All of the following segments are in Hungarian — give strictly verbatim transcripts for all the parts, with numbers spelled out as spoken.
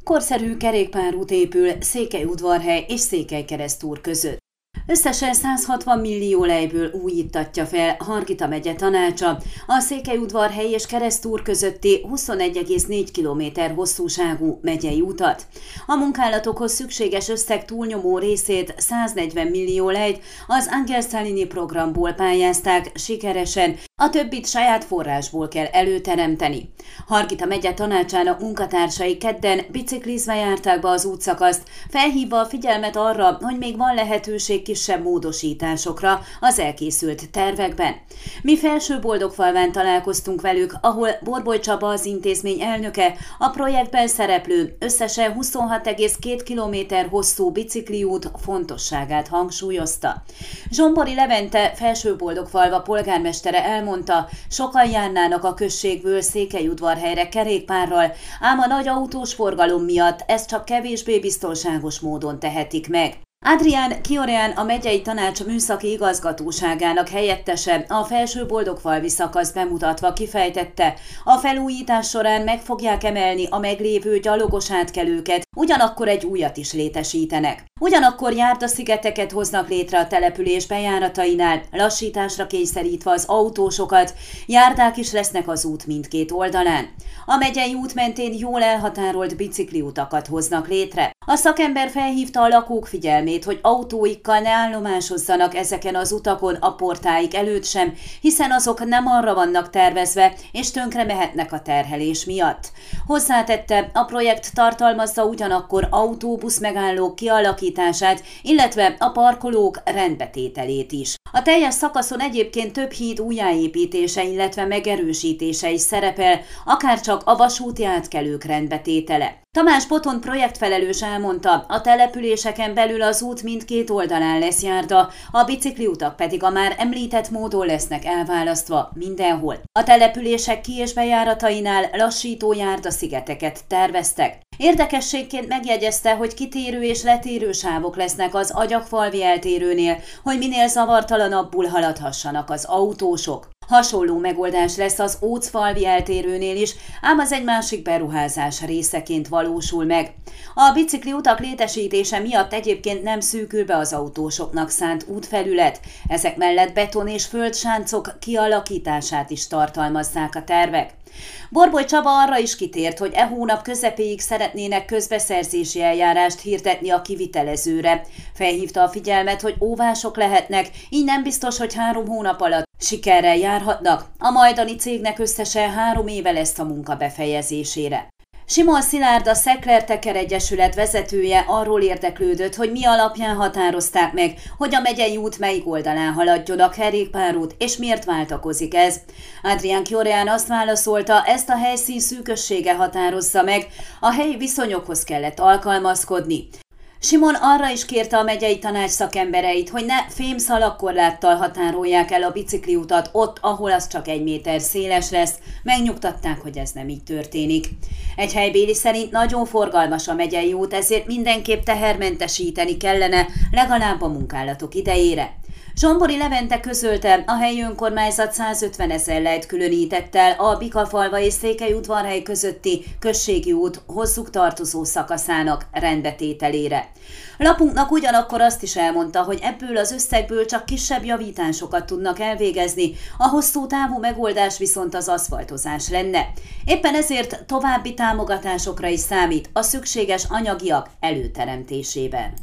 Korszerű kerékpárút épül Székelyudvarhely és Székelykeresztúr között. Összesen száz hatvan millió lejből újítatja fel Hargita megye tanácsa a Székelyudvarhely és Keresztúr közötti huszonegy egész négy kilométer hosszúságú megyei utat. A munkálatokhoz szükséges összeg túlnyomó részét, száznegyven millió lejt az Angelszalini programból pályázták sikeresen, a többit saját forrásból kell előteremteni. Hargita megye tanácsának munkatársai kedden biciklizve járták be az útszakaszt, felhívva a figyelmet arra, hogy még van lehetőség kisebb módosításokra az elkészült tervekben. Mi Felső-Boldogfalván találkoztunk velük, ahol Borboly Csaba, az intézmény elnöke, a projektben szereplő összesen huszonhat egész két kilométer hosszú bicikliút fontosságát hangsúlyozta. Zsombori Levente, Felső-Boldogfalva polgármestere elmondta, sokan járnának a községből Székelyudvarhelyre kerékpárral, ám a nagy autós forgalom miatt ezt csak kevésbé biztonságos módon tehetik meg. Adrián Kioreán, a megyei tanács műszaki igazgatóságának helyettese, a Felső-Boldogfalvi szakasz bemutatva kifejtette, a felújítás során meg fogják emelni a meglévő gyalogos átkelőket, ugyanakkor egy újat is létesítenek. Ugyanakkor járdaszigeteket hoznak létre a település bejáratainál, lassításra kényszerítve az autósokat, járdák is lesznek az út mindkét oldalán. A megyei út mentén jól elhatárolt bicikliutakat hoznak létre. A szakember felhívta a lakók figyelmét, hogy autóikkal ne állomásozzanak ezeken az utakon a portáik előtt sem, hiszen azok nem arra vannak tervezve, és tönkre mehetnek a terhelés miatt. Hozzátette, a projekt tartalmazza ugyanakkor autóbusz megállók kialakítását, illetve a parkolók rendbetételét is. A teljes szakaszon egyébként több híd újjáépítése, illetve megerősítése is szerepel, akárcsak a vasúti átkelők rendbetétele. Tamás Botond projektfelelős elmondta, a településeken belül az út mindkét oldalán lesz járda, a bicikliutak pedig a már említett módon lesznek elválasztva mindenhol. A települések ki- és bejáratainál lassító járdaszigeteket terveztek. Érdekességként megjegyezte, hogy kitérő és letérő sávok lesznek az Agyagfalvi eltérőnél, hogy minél zavartalanabbul haladhassanak az autósok. Hasonló megoldás lesz az Ócfalvi eltérőnél is, ám az egy másik beruházás részeként valósul meg. A bicikliutak létesítése miatt egyébként nem szűkül be az autósoknak szánt útfelület, ezek mellett beton és földsáncok kialakítását is tartalmazzák a tervek. Borboly Csaba arra is kitért, hogy e hónap közepéig szeretnének közbeszerzési eljárást hirdetni a kivitelezőre. Felhívta a figyelmet, hogy óvások lehetnek, így nem biztos, hogy három hónap alatt sikerrel járhatnak. A majdani cégnek összesen három éve lesz a munka befejezésére. Simon Szilárd, a Szekler-Teker Egyesület vezetője arról érdeklődött, hogy mi alapján határozták meg, hogy a megyei út melyik oldalán haladjon a kerékpárút, és miért váltakozik ez. Adrián Kioreán azt válaszolta, ezt a helyszín szűkössége határozza meg, a helyi viszonyokhoz kellett alkalmazkodni. Simon arra is kérte a megyei tanács szakembereit, hogy ne fémszalagkorláttal határolják el a bicikliutat ott, ahol az csak egy méter széles lesz. Megnyugtatták, hogy ez nem így történik. Egy helybéli szerint nagyon forgalmas a megyei út, ezért mindenképp tehermentesíteni kellene, legalább a munkálatok idejére. Zsombori Levente közölte, a helyi önkormányzat százötven ezer lejt különített el a Bikafalva és Székelyudvarhely közötti községi út hosszú tartozó szakaszának rendbetételére. Lapunknak ugyanakkor azt is elmondta, hogy ebből az összegből csak kisebb javításokat tudnak elvégezni, a hosszú távú megoldás viszont az aszfaltozás lenne. Éppen ezért további támogatásokra is számít a szükséges anyagiak előteremtésében.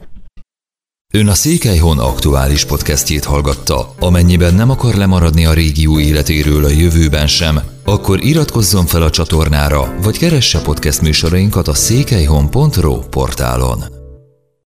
Ön a Székelyhon aktuális podcastjét hallgatta. Amennyiben nem akar lemaradni a régió életéről a jövőben sem, akkor iratkozzon fel a csatornára, vagy keresse podcast műsorainkat a székelyhon pont ro portálon.